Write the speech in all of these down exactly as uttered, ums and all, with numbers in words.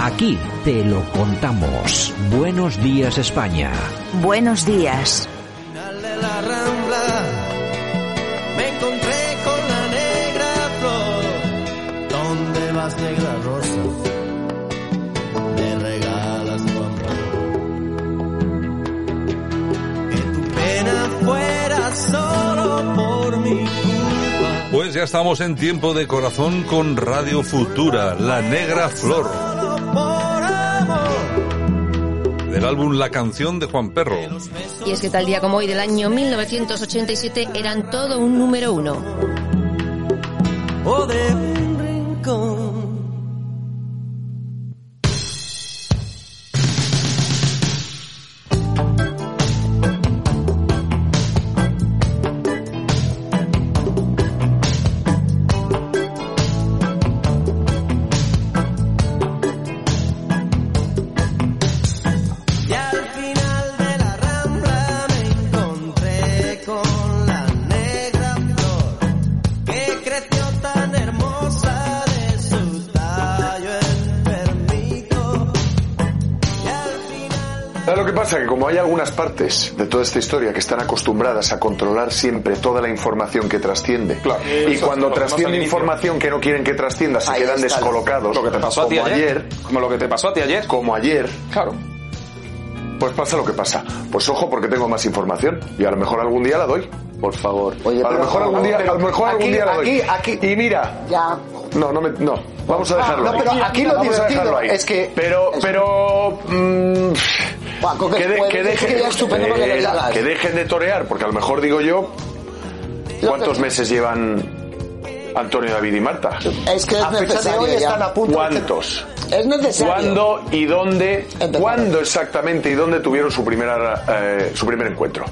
Aquí te lo contamos. Buenos días, España. Buenos días. Al final de la Rambla me encontré con la negra flor. ¿Dónde vas, negra rosa? Me regalas tu amor. Que tu pena fuera solo por mi culpa. Pues ya estamos en tiempo de corazón con Radio Futura, La Negra Flor. Del álbum La Canción de Juan Perro. Y es que tal día como hoy del año mil novecientos ochenta y siete eran todo un número uno. O de un rincón. Que como hay algunas partes de toda esta historia que están acostumbradas a controlar siempre toda la información que trasciende, claro, y cuando trasciende información que no quieren que trascienda se quedan descolocados, lo que te pasó a ti ayer, ayer, como lo que te pasó a ti ayer, como ayer, claro, pues pasa lo que pasa. Pues ojo, porque tengo más información y a lo mejor algún día la doy, por favor. Oye, a lo mejor algún día, a lo mejor aquí, algún día la doy. Aquí, aquí, y mira, ya. No, no me, no. Vamos a dejarlo. Ah, no, pero ahí. aquí lo Vamos divertido es que, pero, es... pero. Mmm, Paco, que, que, de, que, deje, que, estupendo eh, que, lo que dejen de torear, porque a lo mejor digo yo, ¿cuántos que... meses llevan Antonio, David y Marta? Es que es a fecha de hoy están a punto. ¿Cuántos? Es necesario. ¿Cuándo y dónde? Empezamos. ¿Cuándo exactamente y dónde tuvieron su primera eh, su primer encuentro?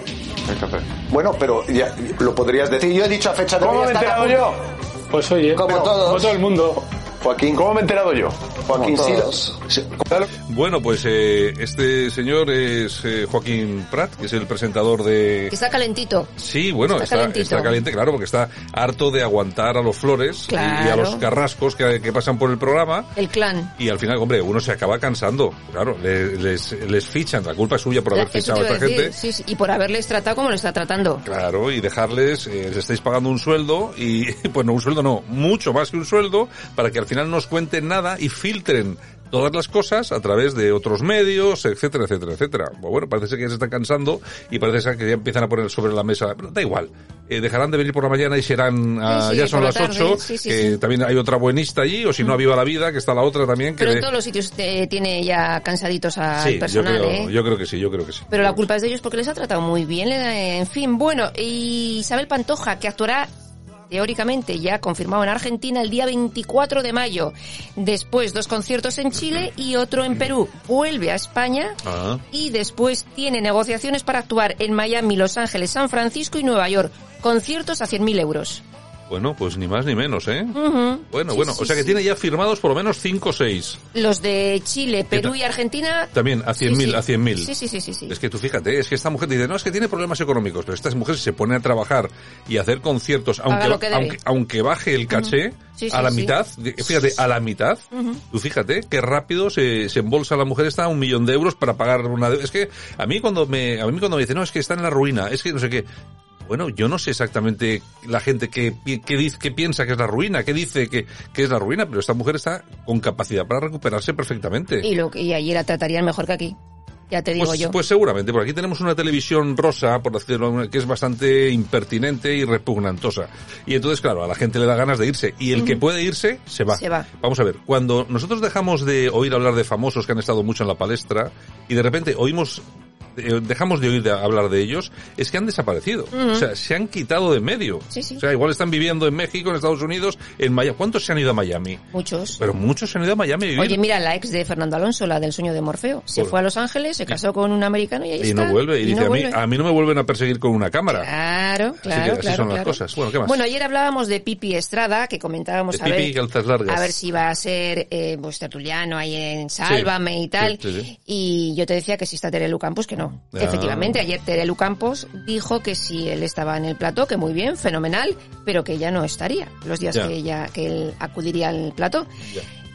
Bueno, pero ya lo podrías decir. Yo he dicho a fecha de hoy. ¿Cómo me he enterado yo? Pues oye, como pero, todos. como todo el mundo. Joaquín, ¿cómo me he enterado yo? Joaquín Silos. Bueno, pues eh, este señor es eh, Joaquín Prat, que es el presentador de... Que está calentito. Sí, bueno, está, está, está caliente, claro, porque está harto de aguantar a los Flores claro. y, y a los carrascos que, que pasan por el programa. El clan. Y al final, hombre, uno se acaba cansando. Claro, les, les, les fichan, la culpa es suya por haber la, fichado a esta decir, gente. Sí, sí, y por haberles tratado como lo está tratando. Claro, y dejarles, eh, les estáis pagando un sueldo, y pues no, un sueldo no, mucho más que un sueldo, para que al final no os cuenten nada y filtren todas las cosas a través de otros medios, etcétera, etcétera, etcétera. Bueno, parece ser que ya se están cansando y parece ser que ya empiezan a poner sobre la mesa. Pero da igual, eh, dejarán de venir por la mañana y serán, uh, sí, sí, ya son las ocho, sí, sí, que sí. También hay otra buenista allí, o si no, a Viva la Vida, que está la otra también. Que Pero en de... todos los sitios te, tiene ya cansaditos al sí, personal, yo creo, ¿eh? yo creo que sí, yo creo que sí. Pero la culpa es de ellos porque les ha tratado muy bien, en fin. Bueno, y Isabel Pantoja, que actuará teóricamente ya confirmado en Argentina el día veinticuatro de mayo. Después dos conciertos en Chile y otro en Perú. Vuelve a España ah. y después tiene negociaciones para actuar en Miami, Los Ángeles, San Francisco y Nueva York. Conciertos a cien mil euros. Bueno, pues ni más ni menos, ¿eh? Uh-huh. Bueno, sí, bueno, sí, o sea que sí. tiene ya firmados por lo menos cinco o seis. Los de Chile, Perú y Argentina... También, a cien mil, sí, sí. a cien mil. Sí, sí, sí, sí, sí. Es que tú fíjate, es que esta mujer dice, no, es que tiene problemas económicos, pero esta mujer se pone a trabajar y a hacer conciertos, aunque, aunque, aunque baje el caché, uh-huh. sí, sí, a la sí. mitad, fíjate, a la mitad, uh-huh. tú fíjate qué rápido se, se embolsa la mujer esta un millón de euros para pagar una... Es que a mí cuando me, a mí cuando me dice, no, es que está en la ruina, es que no sé qué... Bueno, yo no sé exactamente la gente que, que, dice, que piensa que es la ruina, que dice que, que es la ruina, pero esta mujer está con capacidad para recuperarse perfectamente. Y, lo, y allí la tratarían mejor que aquí. Ya te digo pues, yo. Pues seguramente, porque aquí tenemos una televisión rosa, por decirlo, que es bastante impertinente y repugnantosa. Y entonces, claro, a la gente le da ganas de irse. Y el uh-huh. que puede irse, se va. Se va. Vamos a ver, cuando nosotros dejamos de oír hablar de famosos que han estado mucho en la palestra, y de repente oímos... dejamos de oír de hablar de ellos, es que han desaparecido. Uh-huh. O sea, se han quitado de medio. Sí, sí. O sea, igual están viviendo en México, en Estados Unidos, en Miami. ¿Cuántos se han ido a Miami? Muchos. Pero muchos se han ido a Miami a vivir. Oye, mira, la ex de Fernando Alonso, la del sueño de Morfeo, se pues, fue a Los Ángeles, se casó con un americano y ahí y está. No vuelve. Y, y dice, no vuelve. A, mí, a mí no me vuelven a perseguir con una cámara. Claro, claro, así que, así claro. son claro. las cosas. Bueno, ¿qué más? Bueno, ayer hablábamos de Pipi Estrada, que comentábamos de a, Pipi, ver, a ver si va a ser eh, pues tertuliano ahí en Sálvame sí, y tal. Sí, sí, sí. Y yo te decía que si está Terelu Campos, que no. Ah. Efectivamente, ayer Terelu Campos dijo que si él estaba en el plató, que muy bien, fenomenal, pero que ya no estaría los días ya. que ella que él acudiría al plató. Ya.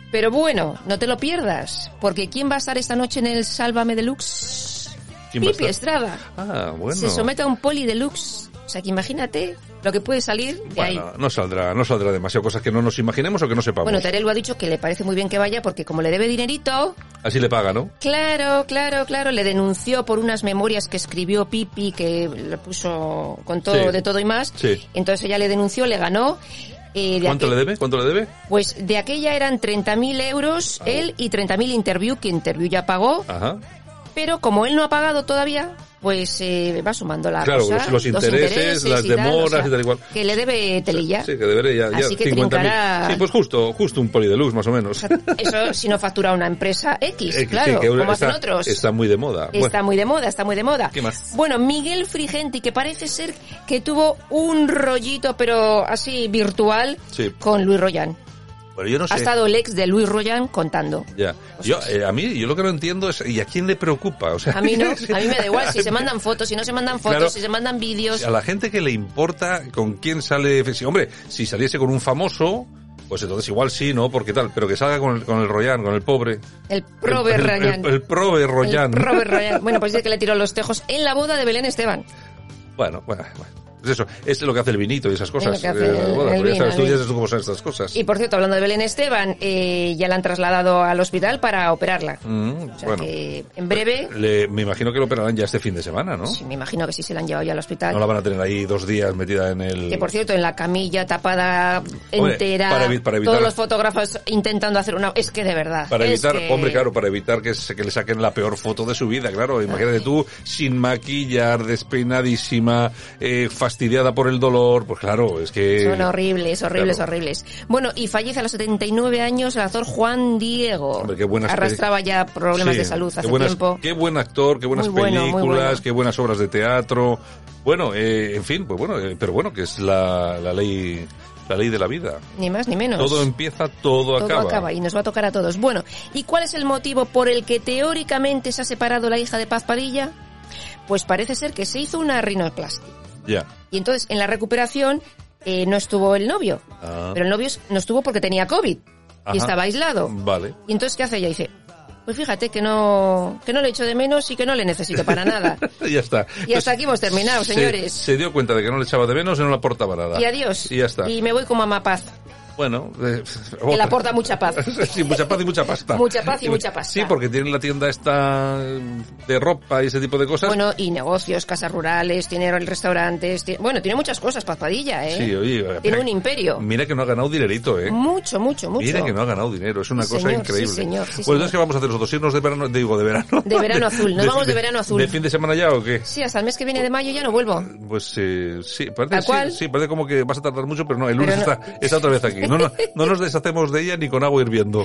Pero bueno, no te lo pierdas, porque ¿quién va a estar esta noche en el Sálvame Deluxe? Pipi Estrada. Ah, bueno. Se somete a un poli deluxe. O sea, que imagínate lo que puede salir de bueno, ahí. no saldrá, no saldrá demasiado cosas que no nos imaginemos o que no sepamos. Bueno, Teruel ha dicho que le parece muy bien que vaya porque como le debe dinerito... Así le paga, ¿no? Claro, claro, claro. Le denunció por unas memorias que escribió Pipi, que le puso con todo, sí. de todo y más. Sí. Entonces ella le denunció, le ganó. Eh, de ¿Cuánto aquel... le debe? ¿Cuánto le debe? Pues de aquella eran treinta mil euros ah, él y treinta mil Interview, que Interview ya pagó. Ajá. Pero como él no ha pagado todavía, pues eh, va sumando la claro, cosa. Claro, los, los intereses, intereses, las y demoras tal, o sea, y tal igual. Que le debe telilla. Sí, que debería ya, Así ya que trincará... Sí, pues justo, justo un poli de luz, más o menos. O sea, eso si no factura una empresa X, eh, claro, sí, que como está, hacen otros. Está muy de moda. Está bueno. muy de moda, está muy de moda. ¿Qué más? Bueno, Miguel Frigenti, que parece ser que tuvo un rollito, pero así virtual, sí. con Luis Royan. Bueno, yo no sé. Ha estado el ex de Luis Royan contando. Ya. Yo, eh, a mí, yo lo que no entiendo es, ¿y a quién le preocupa? O sea, a mí no, a mí me da igual si se mandan fotos, si no se mandan fotos, claro, si se mandan vídeos. A la gente que le importa con quién sale, si, hombre, si saliese con un famoso, pues entonces igual sí, ¿no? Porque tal, pero que salga con el, con el Royan, con el pobre. El prove el, Royan. El, el, el prove Royan. El prove Royan. Bueno, pues dice que le tiró los tejos en la boda de Belén Esteban. Bueno, bueno, bueno. Pues eso, es lo que hace el vinito y esas cosas. Es lo que hace el, eh, bueno, el porque vino, ya sabes, tú ya cómo son estas cosas. Y por cierto, hablando de Belén Esteban, eh, ya la han trasladado al hospital para operarla. Mm, o sea bueno, que en breve... Le, me imagino que lo operarán ya este fin de semana, ¿no? Sí, me imagino que sí se la han llevado ya al hospital. No la van a tener ahí dos días metida en el... Que por cierto, en la camilla tapada entera, hombre, para, para evitar... todos los fotógrafos intentando hacer una... Es que de verdad. Para evitar, que... hombre, claro, para evitar que, se, que le saquen la peor foto de su vida, claro. Imagínate Ay. tú, sin maquillar, despeinadísima, eh, fastidiada por el dolor, pues claro, es que... Son horribles, horribles, claro. horribles. Bueno, y fallece a los setenta y nueve años el actor Juan Diego. Hombre, qué buenas Arrastraba ya problemas sí, de salud hace qué buenas, tiempo. Qué buen actor, qué buenas muy bueno, películas, muy bueno. qué buenas obras de teatro. Bueno, eh, en fin, pues bueno, eh, pero bueno, que es la, la ley... La ley de la vida. Ni más ni menos. Todo empieza, todo, todo acaba. Todo acaba y nos va a tocar a todos. Bueno, ¿y cuál es el motivo por el que teóricamente se ha separado la hija de Paz Padilla? Pues parece ser que se hizo una rinoplastia. Ya. Y entonces, en la recuperación, eh, no estuvo el novio. Ah. Pero el novio no estuvo porque tenía COVID. Ajá. Y estaba aislado. Vale. Y entonces, ¿qué hace ella? Dice... Pues fíjate que no que no le echo de menos y que no le necesito para nada. Ya está. Y hasta aquí hemos terminado, señores. Se, se dio cuenta de que no le echaba de menos y no le aportaba nada. Y adiós. Y ya está. Y me voy como Amapaz. Bueno, eh, que le aporta mucha paz. Sí, mucha paz y mucha pasta. Mucha paz y mucha pasta. Sí, porque tienen la tienda esta de ropa y ese tipo de cosas. Bueno, y negocios, casas rurales, tiene restaurantes, tiene, bueno, tiene muchas cosas, Paz Padilla, ¿eh? Sí, oye. Tiene mira, un imperio. Mira que no ha ganado dinerito, ¿eh? Mucho, mucho, mucho. Mira que no ha ganado dinero, es una sí, cosa señor, increíble. Sí, señor, sí, pues señor. entonces, ¿qué vamos a hacer nosotros? ¿Irnos de verano? Digo, de verano. De verano azul, nos de, vamos de, de verano azul. ¿De fin de semana ya o qué? Sí, hasta el mes que viene de mayo ya no vuelvo. Pues eh, sí, parece, cuál? sí, sí, parece como que vas a tardar mucho, pero no, el lunes no. está, está otra vez aquí. No, no, no nos deshacemos de ella ni con agua hirviendo.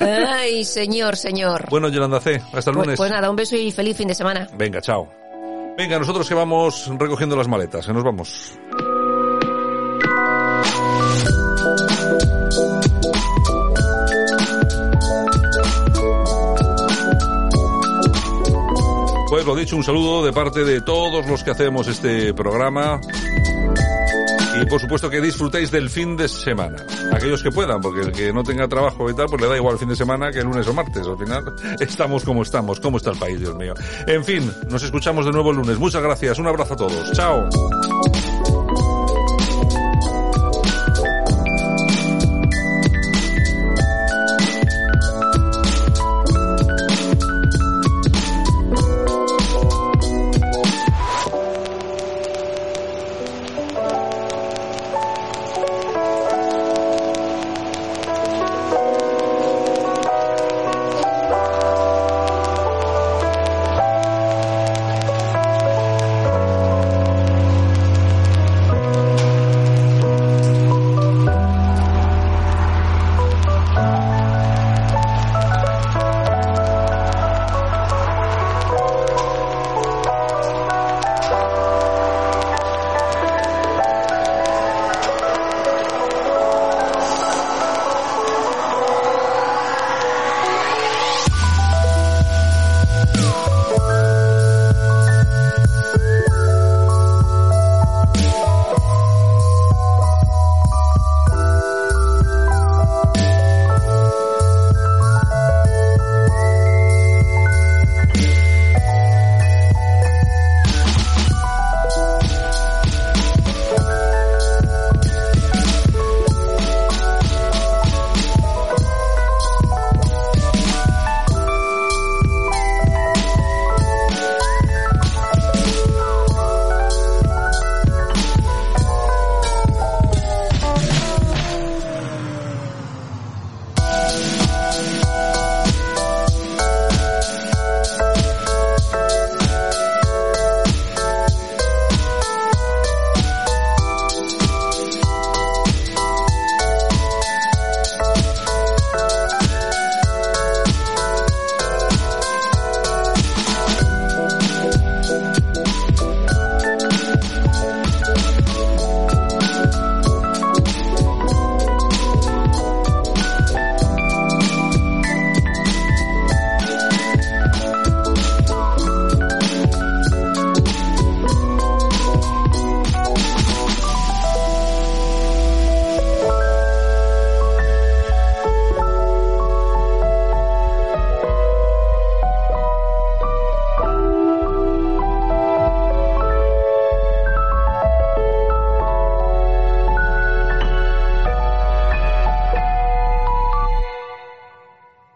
Ay, señor, señor. Bueno, Yolanda C, hasta el lunes. Pues, pues nada, un beso y feliz fin de semana. Venga, chao. Venga, nosotros que vamos recogiendo las maletas, que nos vamos. Pues lo dicho, un saludo de parte de todos los que hacemos este programa. Y por supuesto que disfrutéis del fin de semana. Aquellos que puedan, porque el que no tenga trabajo y tal, pues le da igual el fin de semana que el lunes o martes. Al final estamos como estamos. ¿Cómo está el país, Dios mío? En fin, nos escuchamos de nuevo el lunes. Muchas gracias. Un abrazo a todos. Chao.